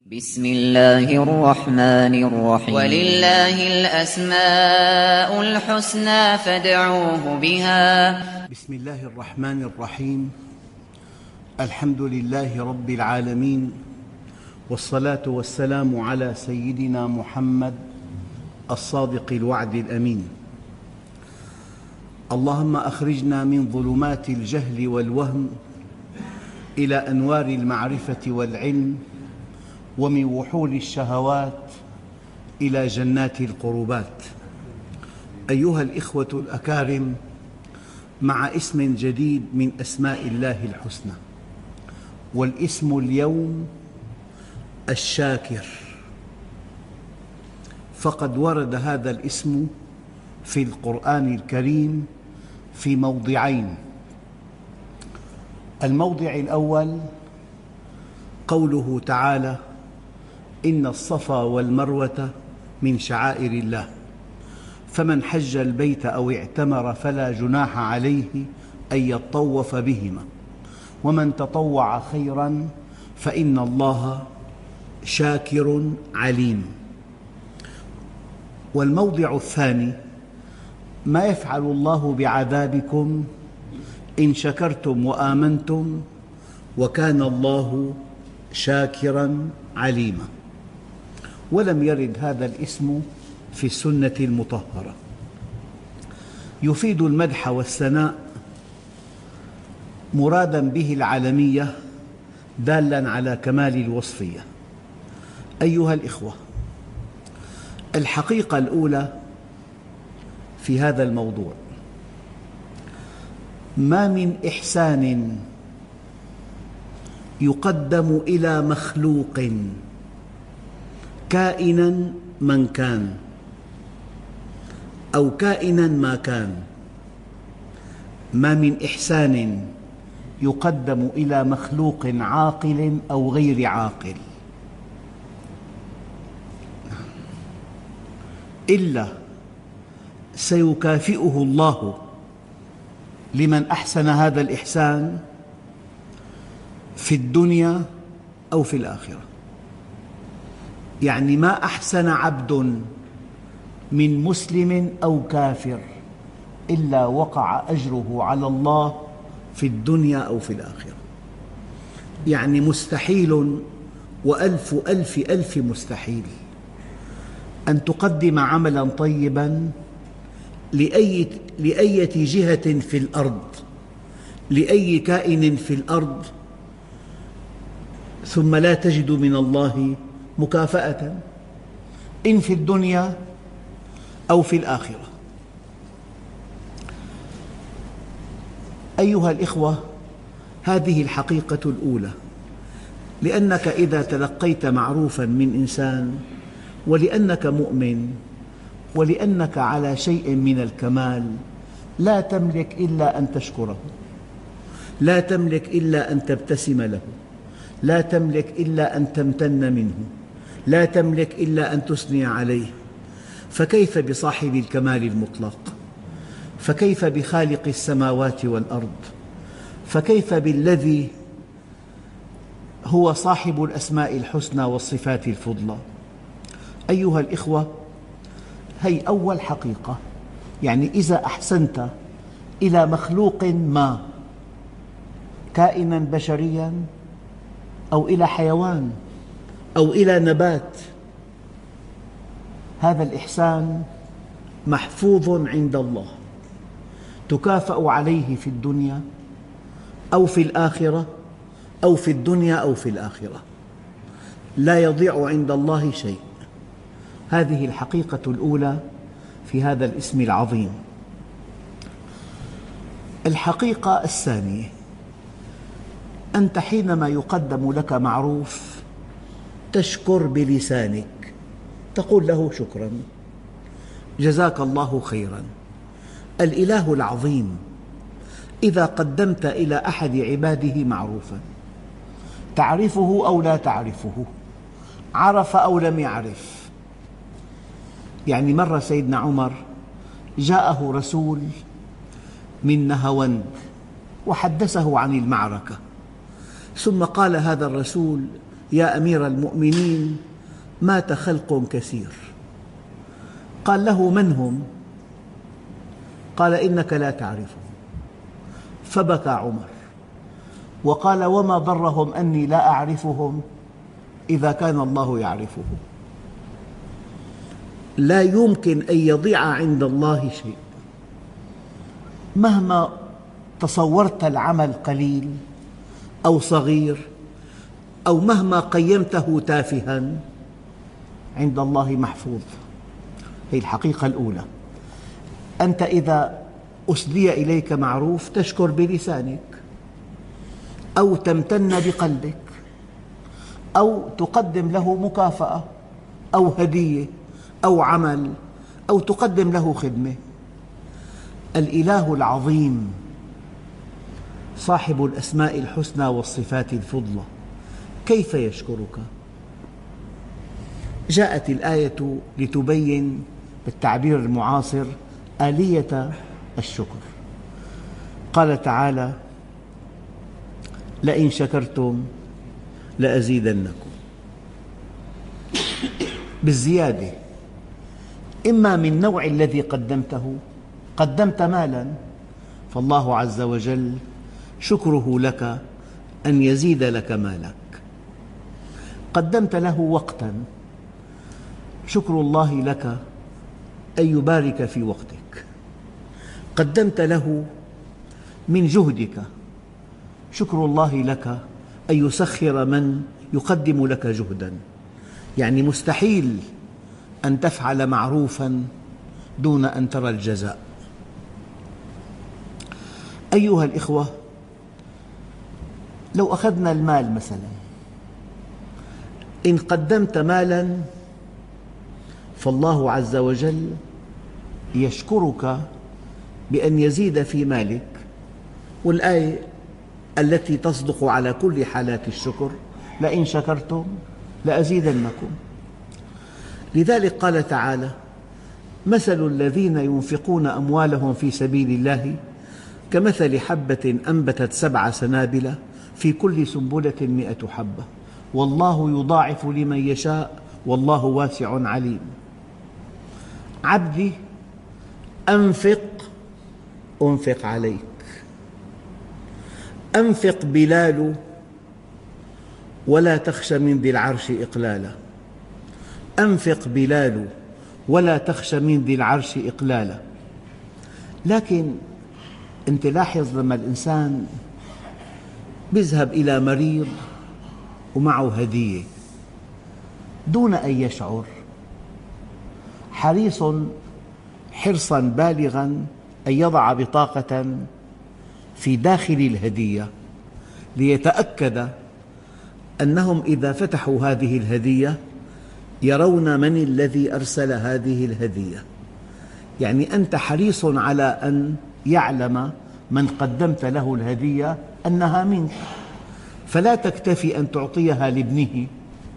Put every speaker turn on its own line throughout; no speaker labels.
بسم الله الرحمن الرحيم ولله الأسماء الحسنى فادعوه بها.
بسم الله الرحمن الرحيم. الحمد لله رب العالمين، والصلاة والسلام على سيدنا محمد الصادق الوعد الأمين. اللهم أخرجنا من ظلمات الجهل والوهم إلى أنوار المعرفة والعلم، ومن وحول الشهوات إلى جنات القربات. أيها الإخوة الأكارم، مع اسم جديد من أسماء الله الحسنى، والاسم اليوم الشاكر. فقد ورد هذا الاسم في القرآن الكريم في موضعين. الموضع الأول قوله تعالى: إن الصفا والمروة من شعائر الله، فمن حج البيت أو اعتمر فلا جناح عليه أن يطوف بهما، ومن تطوع خيراً فإن الله شاكر عليم. والموضع الثاني: ما يفعل الله بعذابكم إن شكرتم وآمنتم وكان الله شاكراً عليما. ولم يرد هذا الاسم في السنة المطهرة. يفيد المدح والثناء مرادا به العلمية دالاً على كمال الوصفية. أيها الإخوة، الحقيقة الأولى في هذا الموضوع: ما من إحسان يقدم إلى مخلوق كائناً من كان أو كائناً ما كان، ما من إحسان يقدم إلى مخلوق عاقل أو غير عاقل إلا سيكافئه الله لمن أحسن هذا الإحسان في الدنيا أو في الآخرة. يعني ما أحسن عبد من مسلم أو كافر إلا وقع أجره على الله في الدنيا أو في الآخرة. يعني مستحيل وألف ألف ألف مستحيل أن تقدم عملاً طيباً لأي جهة في الأرض، لأي كائن في الأرض، ثم لا تجد من الله مكافأة إن في الدنيا أو في الآخرة. أيها الإخوة، هذه الحقيقة الأولى، لأنك إذا تلقيت معروفاً من إنسان، ولأنك مؤمن، ولأنك على شيء من الكمال، لا تملك إلا أن تشكره، لا تملك إلا أن تبتسم له، لا تملك إلا أن تمتن منه، لا تملك إلا أن تثني عليه. فكيف بصاحب الكمال المطلق؟ فكيف بخالق السماوات والأرض؟ فكيف بالذي هو صاحب الأسماء الحسنى والصفات الفضلى؟ أيها الإخوة، هي أول حقيقة. يعني إذا أحسنت إلى مخلوق ما، كائناً بشرياً أو إلى حيوان أو إلى نبات، هذا الإحسان محفوظ عند الله، تكافأ عليه في الدنيا أو في الآخرة، أو في الدنيا أو في الآخرة، لا يضيع عند الله شيء. هذه الحقيقة الأولى في هذا الاسم العظيم. الحقيقة الثانية: أنت حينما يقدم لك معروف تشكر بلسانك، تقول له شكراً، جزاك الله خيراً. الإله العظيم إذا قدمت إلى أحد عباده معروفاً، تعرفه أو لا تعرفه، عرف أو لم يعرف. يعني مرة سيدنا عمر جاءه رسول من نهاوند وحدثه عن المعركة، ثم قال هذا الرسول: يا أمير المؤمنين مات خلق كثير. قال له: من هم؟ قال: إنك لا تعرفهم. فبكى عمر وقال: وما ضرهم أني لا أعرفهم إذا كان الله يعرفهم. لا يمكن أن يضيع عند الله شيء، مهما تصورت العمل قليل أو صغير أو مهما قيمته تافها، عند الله محفوظ. هذه الحقيقة الأولى. أنت إذا أسدي إليك معروف تشكر بلسانك أو تمتن بقلبك أو تقدم له مكافأة أو هدية أو عمل أو تقدم له خدمة. الإله العظيم صاحب الأسماء الحسنى والصفات الفضلى كيف يشكرك؟ جاءت الآية لتبين بالتعبير المعاصر آلية الشكر. قال تعالى: لئن شكرتم لأزيدنكم، بالزيادة، إما من نوع الذي قدمته، قدمت مالا فالله عز وجل شكره لك أن يزيد لك مالك. قدمت له وقتا، شكر الله لك أن يبارك في وقتك. قدمت له من جهدك، شكر الله لك أن يسخر من يقدم لك جهدا. يعني مستحيل أن تفعل معروفا دون أن ترى الجزاء. أيها الإخوة، لو أخذنا المال مثلا، إن قدمت مالا فالله عز وجل يشكرك بأن يزيد في مالك، والآية التي تصدق على كل حالات الشكر: لئن شكرتم لأزيدنكم. لذلك قال تعالى: مثل الذين ينفقون أموالهم في سبيل الله كمثل حبة أنبتت 7 سنابل في كل سنبلة 100 حبة والله يضاعف لمن يشاء والله واسع عليم. عبدي أنفق أنفق عليك. أنفق بلال ولا تخش من ذي العرش إقلالا. أنفق بلال ولا تخش من ذي العرش إقلالا. لكن أنت لاحظ لما الإنسان يذهب إلى مريض ومعه هدية دون أن يشعر، حريص حرصا بالغا أن يضع بطاقة في داخل الهدية ليتأكد أنهم إذا فتحوا هذه الهدية يرون من الذي أرسل هذه الهدية. يعني أنت حريص على أن يعلم من قدمت له الهدية أنها منك، فلا تكتفي أن تعطيها لابنه،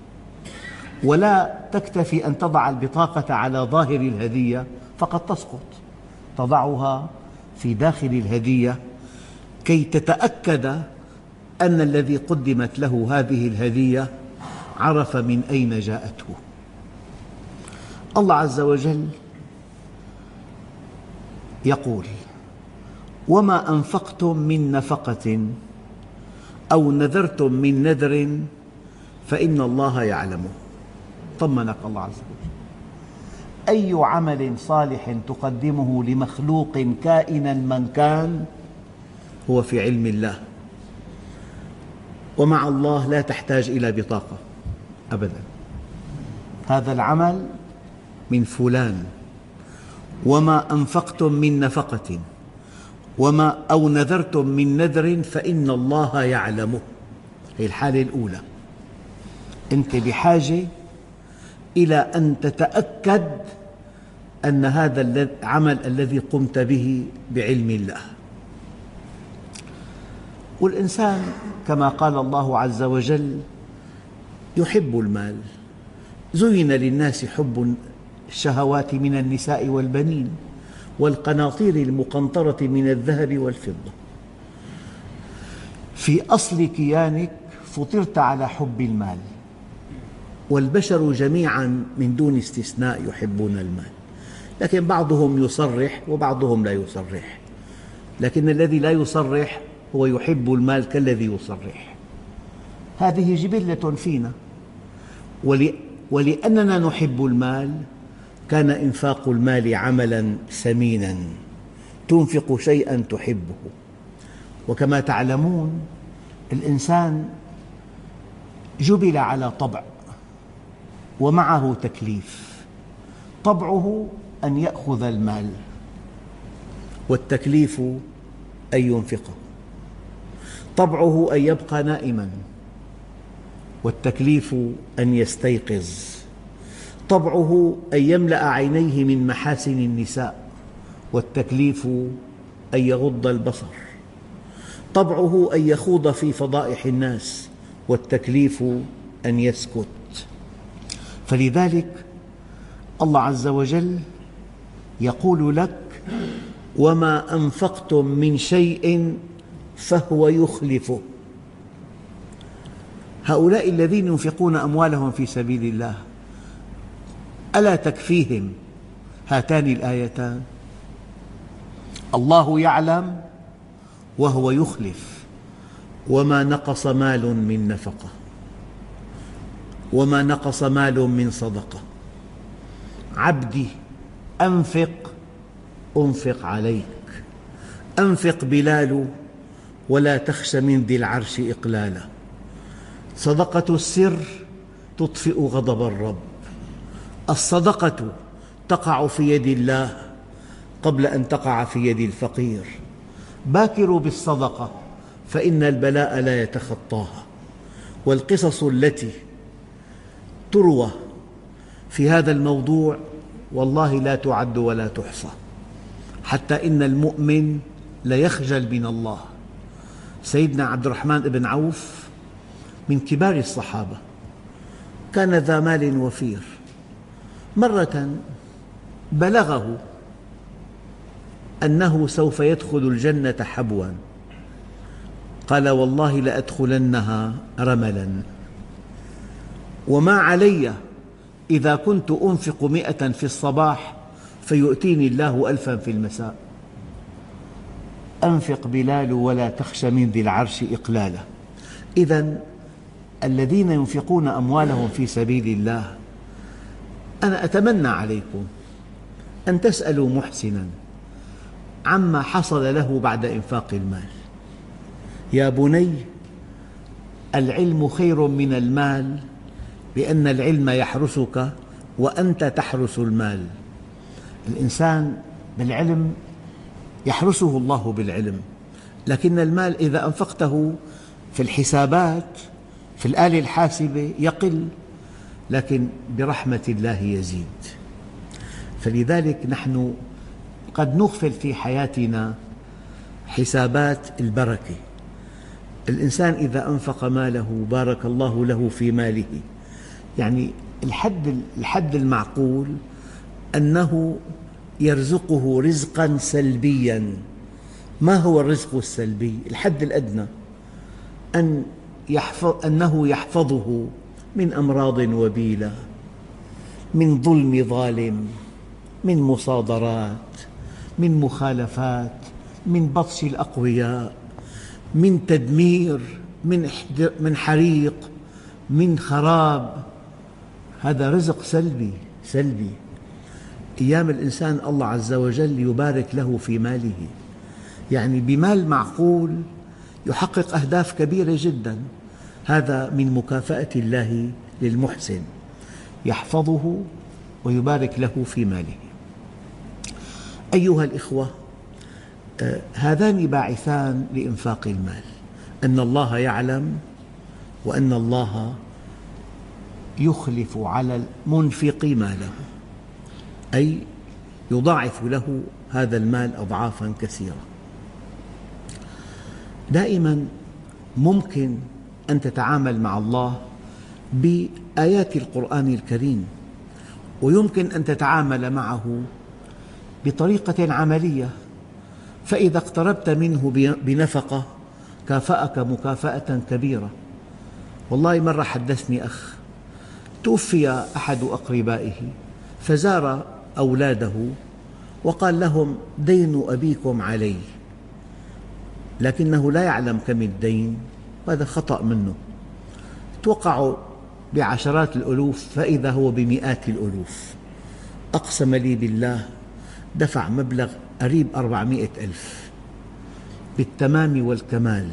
ولا تكتفي أن تضع البطاقة على ظاهر الهدية فقد تسقط، تضعها في داخل الهدية كي تتأكد أن الذي قدمت له هذه الهدية عرف من أين جاءته. الله عز وجل يقول: وما أنفقتم من نفقة أو نذرتم من نذر فإن الله يعلمه. طمنك الله عز وجل. أي عمل صالح تقدمه لمخلوق كائنا من كان هو في علم الله، ومع الله لا تحتاج إلى بطاقة أبدا. هذا العمل من فلان. وما أنفقتم من نفقة أو نذرتم من نذر فإن الله يعلمه. هذه الحالة الأولى. أنت بحاجة إلى أن تتأكد أن هذا العمل الذي قمت به بعلم الله. والإنسان كما قال الله عز وجل يحب المال. زين للناس حب الشهوات من النساء والبنين والقناطير المقنطرة من الذهب والفضة. في أصل كيانك فطرت على حب المال، والبشر جميعا من دون استثناء يحبون المال، لكن بعضهم يصرح وبعضهم لا يصرح، لكن الذي لا يصرح هو يحب المال كالذي يصرح. هذه جبلة فينا، ولأننا نحب المال كان إنفاق المال عملا ثمينا، تنفق شيئا تحبه. وكما تعلمون الإنسان جبل على طبع ومعه تكليف، طبعه أن يأخذ المال والتكليف أن ينفقه، طبعه أن يبقى نائما والتكليف أن يستيقظ، طبعه أن يملأ عينيه من محاسن النساء والتكليف أن يغض البصر، طبعه أن يخوض في فضائح الناس والتكليف أن يسكت. فلذلك الله عز وجل يقول لك: وما أنفقتم من شيء فهو يخلفه. هؤلاء الذين ينفقون أموالهم في سبيل الله ألا تكفيهم هاتان الآيتان؟ الله يعلم وهو يخلف، وما نقص مال من نفقة، وما نقص مال من صدقة. عبدي أنفق أنفق عليك، أنفق بلال ولا تخش من ذي العرش إقلالا. صدقة السر تطفئ غضب الرب، الصدقة تقع في يد الله قبل أن تقع في يد الفقير. باكروا بالصدقة فإن البلاء لا يتخطاها. والقصص التي تروى في هذا الموضوع والله لا تعد ولا تحصى، حتى إن المؤمن ليخجل من الله. سيدنا عبد الرحمن بن عوف من كبار الصحابة، كان ذا مال وفير. مرة بلغه أنه سوف يدخل الجنة حبوا، قال: والله لأدخلنها رملا، وما علي إذا كنت أنفق 100 في الصباح فيؤتيني الله 1000 في المساء. أنفق بلال ولا تخش من ذي العرش إقلالا. إذن الذين ينفقون أموالهم في سبيل الله، أنا أتمنى عليكم أن تسألوا محسنا عما حصل له بعد إنفاق المال. يا بني، العلم خير من المال، لأن العلم يحرسك وأنت تحرس المال. الإنسان بالعلم يحرسه الله بالعلم، لكن المال إذا أنفقته في الحسابات في الآلة الحاسبة يقل، لكن برحمة الله يزيد. فلذلك نحن قد نغفل في حياتنا حسابات البركة. الإنسان إذا أنفق ماله بارك الله له في ماله، يعني الحد المعقول أنه يرزقه رزقا سلبيا. ما هو الرزق السلبي؟ الحد الأدنى أنه يحفظه من أمراض وبيلة، من ظلم ظالم، من مصادرات، من مخالفات، من بطش الأقوياء، من تدمير، من حريق، من خراب. هذا رزق سلبي. أيام الإنسان الله عز وجل يبارك له في ماله، يعني بمال معقول يحقق أهداف كبيرة جدا. هذا من مكافأة الله للمحسن، يحفظه ويبارك له في ماله. أيها الإخوة، هذان باعثان لإنفاق المال: أن الله يعلم، وأن الله يخلف على المنفق ماله، أي يضاعف له هذا المال أضعافا كثيرة. دائما ممكن أن تتعامل مع الله بآيات القرآن الكريم، ويمكن أن تتعامل معه بطريقة عملية. فإذا اقتربت منه بنفقة كافأك مكافأة كبيرة. والله مرة حدثني أخ، توفي أحد أقربائه فزار أولاده وقال لهم: دين أبيكم علي، لكنه لا يعلم كم الدين، وهذا خطأ منه. توقعوا بعشرات الألوف فإذا هو بمئات الألوف. أقسم لي بالله دفع مبلغ قريب 400,000 بالتمام والكمال،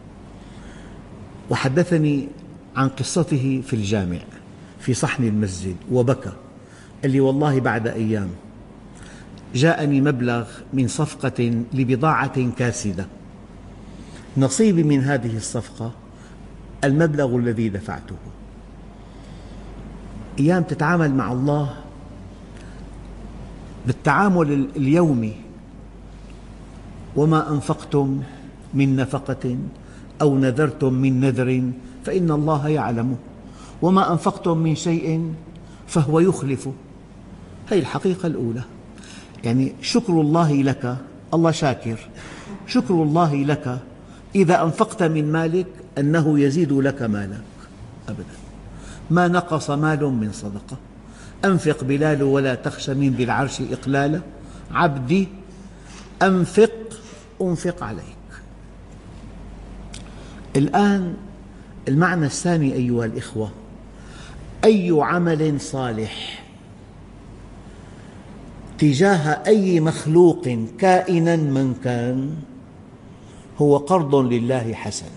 وحدثني عن قصته في الجامع في صحن المسجد وبكى. قال لي: والله بعد أيام جاءني مبلغ من صفقة لبضاعة كاسدة، نصيبي من هذه الصفقة المبلغ الذي دفعته. أيام تتعامل مع الله بالتعامل اليومي: وما أنفقتم من نفقة أو نذرتم من نذر فإن الله يعلمه وما أنفقتم من شيء فهو يخلفه. هذه الحقيقة الأولى. يعني شكر الله لك، الله شاكر، شكر الله لك إذا أنفقت من مالك أنه يزيد لك مالك أبدا. ما نقص مال من صدقة. أنفق بلال ولا تخش من ذي العرش إقلالا، عبدي أنفق أنفق عليك. الآن المعنى الثاني أيها الإخوة: أي عمل صالح تجاه أي مخلوق كائنا من كان هو قرض لله حسن.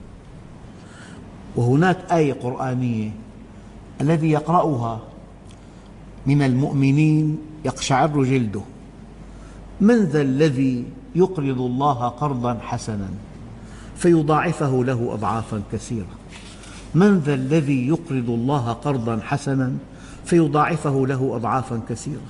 وهناك آية قرآنية الذي يقرأها من المؤمنين يقشعر جلده: من ذا الذي يقرض الله قرضا حسنا فيضاعفه له أضعافا كثيرة. من ذا الذي يقرض الله قرضا حسنا فيضاعفه له أضعافا كثيرة.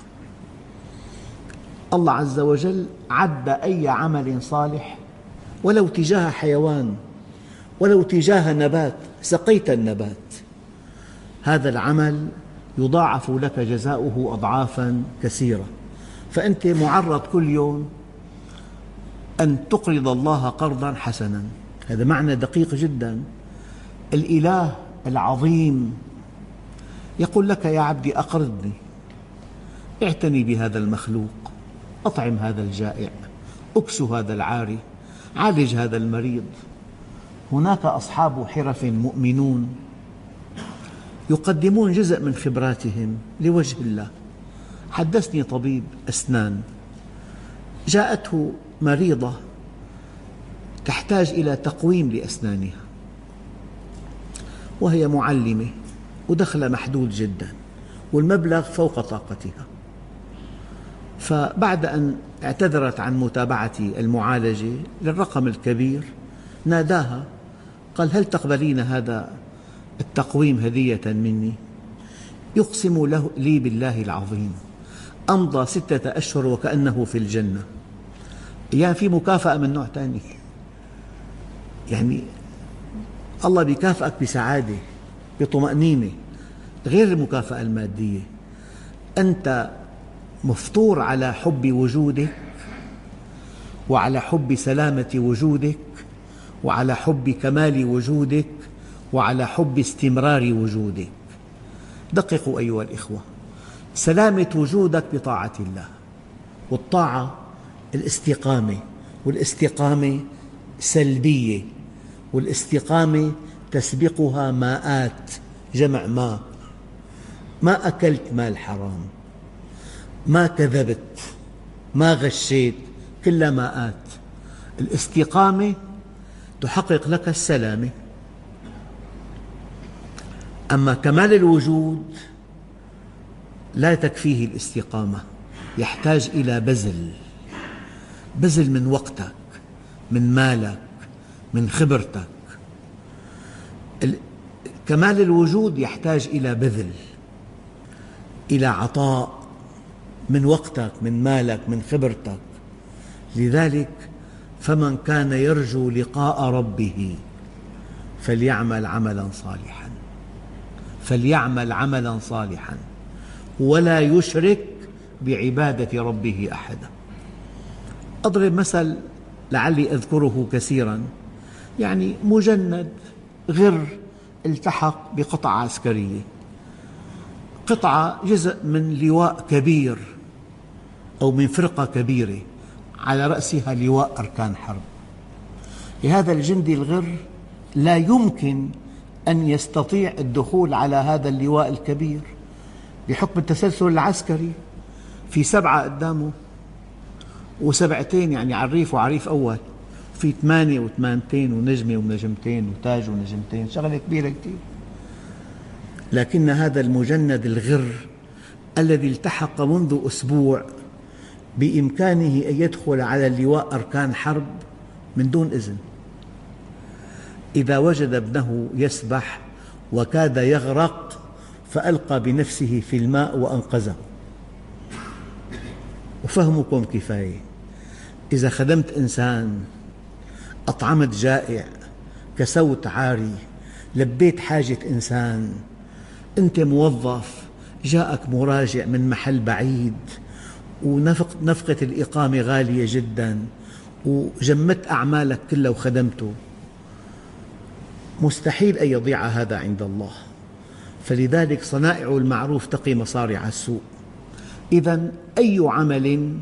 الله عز وجل عد أي عمل صالح، ولو تجاه حيوان، ولو تجاه نبات، سقيت النبات، هذا العمل يضاعف لك جزاؤه أضعافا كثيرة. فأنت معرض كل يوم أن تقرض الله قرضا حسنا. هذا معنى دقيق جدا. الإله العظيم يقول لك: يا عبدي أقرضني، اعتني بهذا المخلوق، أطعم هذا الجائع، أكسو هذا العاري، عالج هذا المريض. هناك أصحاب حرف مؤمنون يقدمون جزء من خبراتهم لوجه الله. حدثني طبيب أسنان جاءته مريضة تحتاج إلى تقويم لأسنانها، وهي معلمة ودخل محدود جدا والمبلغ فوق طاقتها. فبعد أن اعتذرت عن متابعة المعالجة للرقم الكبير ناداها قال: هل تقبلين هذا التقويم هدية مني؟ يقسم لي بالله العظيم أمضى 6 أشهر وكأنه في الجنة. يعني في مكافأة من نوع ثاني، يعني الله بيكافئك بسعادة بطمأنينة غير المكافأة المادية. أنت مفطور على حب وجودك، وعلى حب سلامة وجودك، وعلى حب كمال وجودك، وعلى حب استمرار وجودك. دققوا أيها الإخوة: سلامة وجودك بطاعة الله، والطاعة الاستقامة، والاستقامة سلبية، والاستقامة تسبقها ماءات، جمع ماء. ما أكلت مال حرام، ما كذبت، ما غشيت، كلها ماءات. الاستقامة تحقق لك السلامة. أما كمال الوجود لا تكفيه الاستقامة، يحتاج إلى بذل من وقتك، من مالك، من خبرتك. كمال الوجود يحتاج إلى بذل، إلى عطاء من وقتك، من مالك، من خبرتك. لذلك فمن كان يرجو لقاء ربه فليعمل عملا صالحا، فليعمل عملا صالحا ولا يشرك بعبادة ربه أحدا. أضرب مثل لعلي أذكره كثيرا. يعني مجند غر التحق بقطعة عسكرية، قطعة جزء من لواء كبير أو من فرقة كبيرة على رأسها لواء أركان حرب. لهذا الجندي الغر لا يمكن أن يستطيع الدخول على هذا اللواء الكبير بحكم التسلسل العسكري، في 7 قدامه وسبعتين، يعني عريف وعريف أول، في 8 وثمانتين ونجمة ونجمتين وتاج ونجمتين، شغلة كبيرة كثير. لكن هذا المجند الغر الذي التحق منذ أسبوع بإمكانه أن يدخل على اللواء أركان حرب من دون إذن، إذا وجد ابنه يسبح وكاد يغرق فألقى بنفسه في الماء وأنقذه. وفهمكم كفاية. إذا خدمت إنسان، أطعمت جائع، كسوت عاري، لبيت حاجة إنسان، أنت موظف جاءك مراجع من محل بعيد ونفقة الإقامة غالية جدا وجمدت أعمالك كلها وخدمته، مستحيل أن يضيع هذا عند الله. فلذلك صنائع المعروف تقي مصارع السوء. إذن أي عمل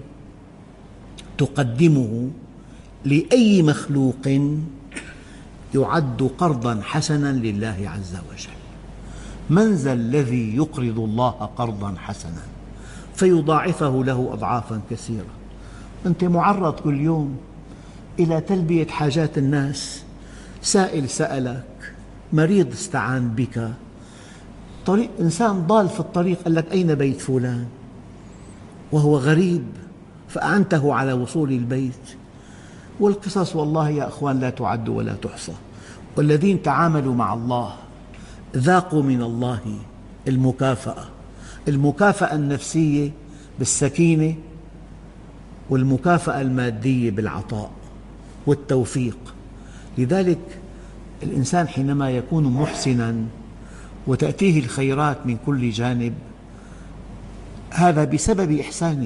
تقدمه لأي مخلوق يعد قرضا حسنا لله عز وجل. من ذا الذي يقرض الله قرضا حسنا فيضاعفه له أضعافا كثيرة؟ أنت معرض كل يوم إلى تلبية حاجات الناس، سائل سألك، مريض استعان بك، إنسان ضال في الطريق قال لك أين بيت فلان وهو غريب فأعنته على وصول البيت. والقصص والله يا أخوان لا تعد ولا تحصى. والذين تعاملوا مع الله ذاقوا من الله المكافأة النفسية بالسكينة، والمكافأة المادية بالعطاء والتوفيق. لذلك الإنسان حينما يكون محسناً وتأتيه الخيرات من كل جانب، هذا بسبب إحسانه.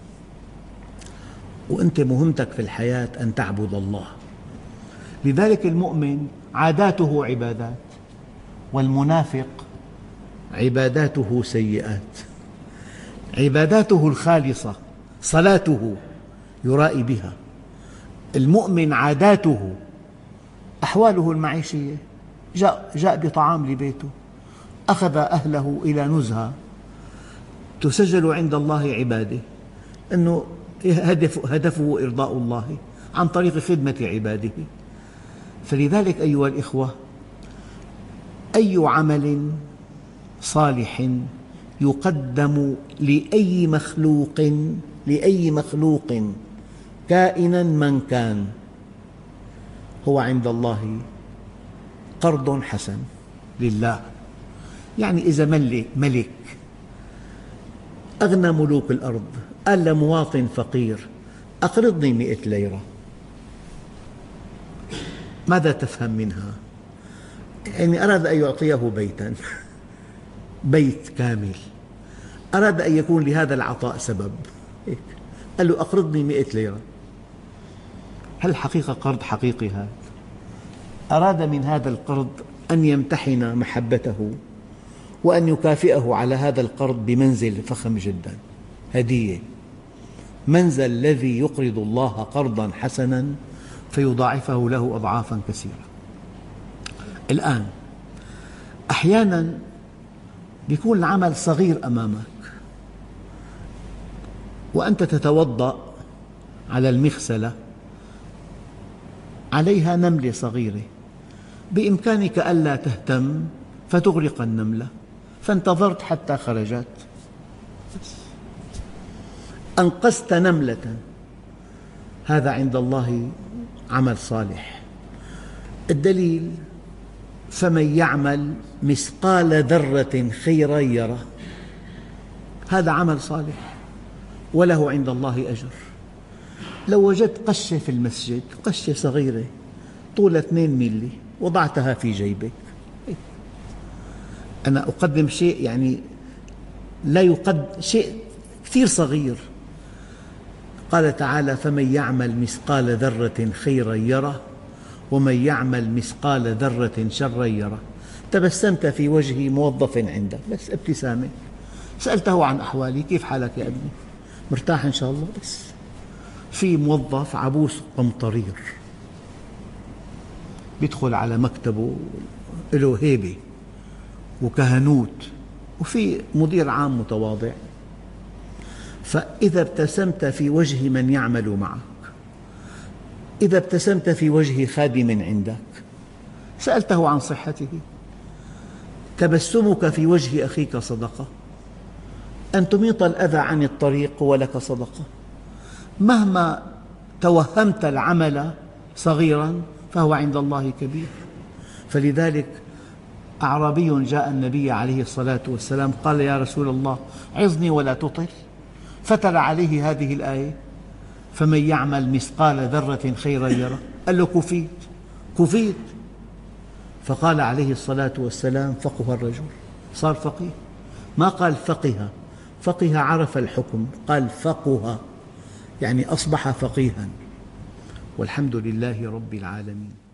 وأنت مهمتك في الحياة أن تعبد الله. لذلك المؤمن عاداته عبادات، والمنافق عباداته سيئات. عباداته الخالصة صلاته يرائي بها، المؤمن عاداته أحواله المعيشية، جاء بطعام لبيته، أخذ أهله إلى نزهة تسجل عند الله عباده، أنه هدفه إرضاء الله عن طريق خدمة عباده. فلذلك أيها الإخوة، أي عمل صالح يقدم لأي مخلوق كائنا من كان هو عند الله قرض حسن لله. يعني إذا ملك أغنى ملوك الأرض قال لمواطن فقير أقرضني 100 ليرة، ماذا تفهم منها؟ يعني أراد أن يعطيه بيتا، بيت كامل، أراد أن يكون لهذا العطاء سبب، قال له أقرضني 100 ليرة. هل حقيقة قرض حقيقي هذا؟ أراد من هذا القرض أن يمتحن محبته وأن يكافئه على هذا القرض بمنزل فخم جدا، هدية. من ذا الذي يقرض الله قرضا حسنا فيضاعفه له أضعافا كثيرة. الآن أحيانا يكون العمل صغير أمامك وأنت تتوضأ على المغسلة، عليها نملة صغيرة، بإمكانك ألا تهتم فتغرق النملة، فانتظرت حتى خرجت، أنقذت نملة. هذا عند الله عمل صالح. الدليل: فمن يعمل مثقال ذرة خيرا يره. هذا عمل صالح وله عند الله أجر. لو وجدت قشة في المسجد، قشة صغيرة طولها 2 ميلي، وضعتها في جيبك، أنا أقدم شيء يعني لا يقدم، شيء كثير صغير. قال تعالى: فمن يعمل مثقال ذرة خيرا يره ومن يعمل مثقال ذرة شرا يره. تبسمت في وجه موظف عندك، بس ابتسامة، سألته عن أحوالي، كيف حالك يا ابني؟ مرتاح إن شاء الله؟ بس في موظف عبوس قمطرير بيدخل على مكتبه له هيبة وكهنوت، وفي مدير عام متواضع، فإذا ابتسمت في وجه من يعمل معك، إذا ابتسمت في وجه خادم عندك، سألته عن صحته، تبسمك في وجه أخيك صدقة، أن تميط الأذى عن الطريق ولك صدقة. مهما توهمت العمل صغيرا فهو عند الله كبير. فلذلك أعرابي جاء النبي عليه الصلاة والسلام قال: يا رسول الله عظني ولا تطل، فتل عليه هذه الآية: فمن يعمل مثقال ذرة خيرا يره. قال له: كفيت كفيت. فقال عليه الصلاة والسلام: فقه الرجل، صار فقيه. ما قال فقه، فقه عرف الحكم، قال فقه يعني أصبح فقيها. والحمد لله رب العالمين.